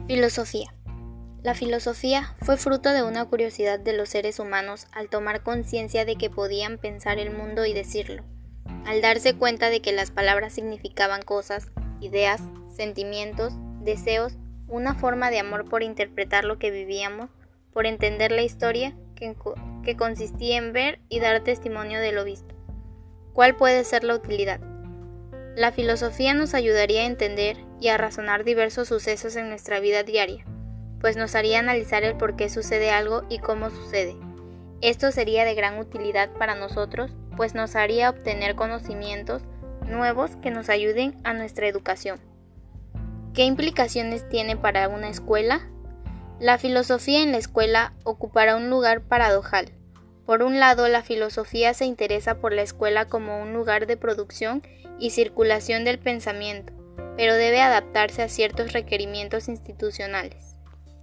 Filosofía. La filosofía fue fruto de una curiosidad de los seres humanos al tomar conciencia de que podían pensar el mundo y decirlo, al darse cuenta de que las palabras significaban cosas, ideas, sentimientos, deseos, una forma de amor por interpretar lo que vivíamos, por entender la historia que consistía en ver y dar testimonio de lo visto. ¿Cuál puede ser la utilidad? La filosofía nos ayudaría a entender y a razonar diversos sucesos en nuestra vida diaria, pues nos haría analizar el por qué sucede algo y cómo sucede. Esto sería de gran utilidad para nosotros, pues nos haría obtener conocimientos nuevos que nos ayuden a nuestra educación. ¿Qué implicaciones tiene para una escuela? La filosofía en la escuela ocupará un lugar paradojal. Por un lado, la filosofía se interesa por la escuela como un lugar de producción y circulación del pensamiento, pero debe adaptarse a ciertos requerimientos institucionales.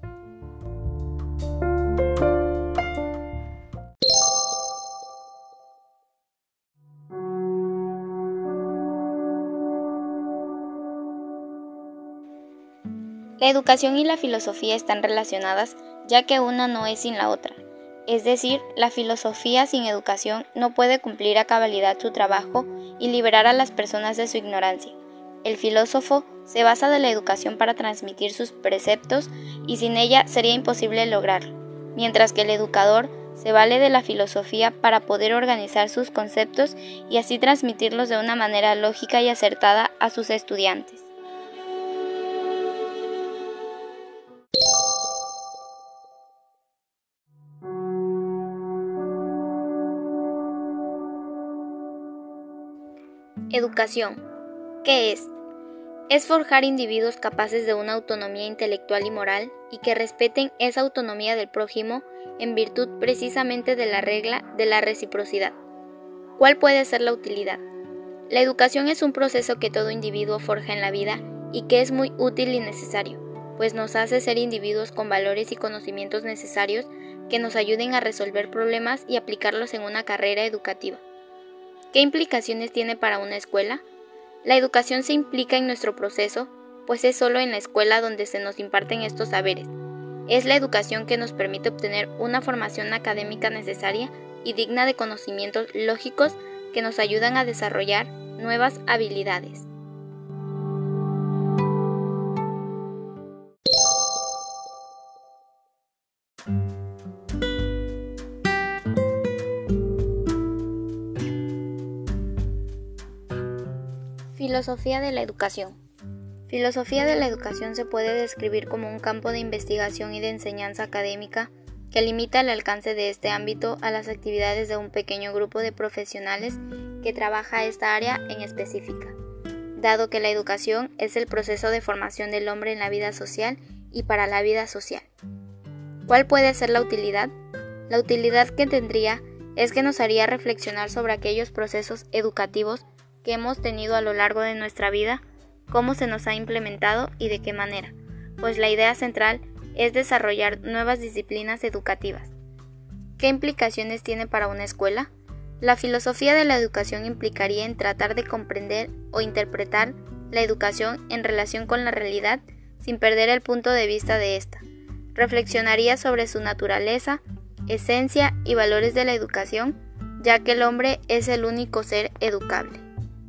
La educación y la filosofía están relacionadas, ya que una no es sin la otra. Es decir, la filosofía sin educación no puede cumplir a cabalidad su trabajo y liberar a las personas de su ignorancia. El filósofo se basa de la educación para transmitir sus preceptos y sin ella sería imposible lograrlo, mientras que el educador se vale de la filosofía para poder organizar sus conceptos y así transmitirlos de una manera lógica y acertada a sus estudiantes. Educación. ¿Qué es? Es forjar individuos capaces de una autonomía intelectual y moral y que respeten esa autonomía del prójimo en virtud precisamente de la regla de la reciprocidad. ¿Cuál puede ser la utilidad? La educación es un proceso que todo individuo forja en la vida y que es muy útil y necesario, pues nos hace ser individuos con valores y conocimientos necesarios que nos ayuden a resolver problemas y aplicarlos en una carrera educativa. ¿Qué implicaciones tiene para una escuela? La educación se implica en nuestro proceso, pues es solo en la escuela donde se nos imparten estos saberes. Es la educación que nos permite obtener una formación académica necesaria y digna de conocimientos lógicos que nos ayudan a desarrollar nuevas habilidades. Filosofía de la educación. Filosofía de la educación se puede describir como un campo de investigación y de enseñanza académica que limita el alcance de este ámbito a las actividades de un pequeño grupo de profesionales que trabaja esta área en específica, dado que la educación es el proceso de formación del hombre en la vida social y para la vida social. ¿Cuál puede ser la utilidad? La utilidad que tendría es que nos haría reflexionar sobre aquellos procesos educativos que hemos tenido a lo largo de nuestra vida, cómo se nos ha implementado y de qué manera, pues la idea central es desarrollar nuevas disciplinas educativas. ¿Qué implicaciones tiene para una escuela? La filosofía de la educación implicaría en tratar de comprender o interpretar la educación en relación con la realidad sin perder el punto de vista de esta. Reflexionaría sobre su naturaleza, esencia y valores de la educación, ya que el hombre es el único ser educable.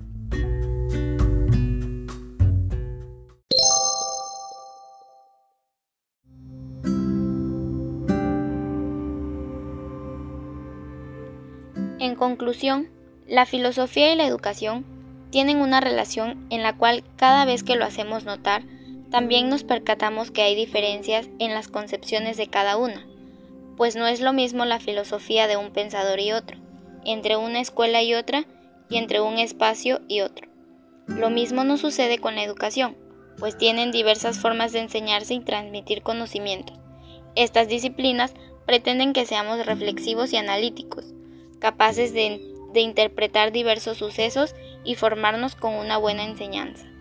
En conclusión, la filosofía y la educación tienen una relación en la cual cada vez que lo hacemos notar, también nos percatamos que hay diferencias en las concepciones de cada una, pues no es lo mismo la filosofía de un pensador y otro, entre una escuela y otra, y entre un espacio y otro. Lo mismo no sucede con la educación, pues tienen diversas formas de enseñarse y transmitir conocimientos. Estas disciplinas pretenden que seamos reflexivos y analíticos, capaces de interpretar diversos sucesos y formarnos con una buena enseñanza.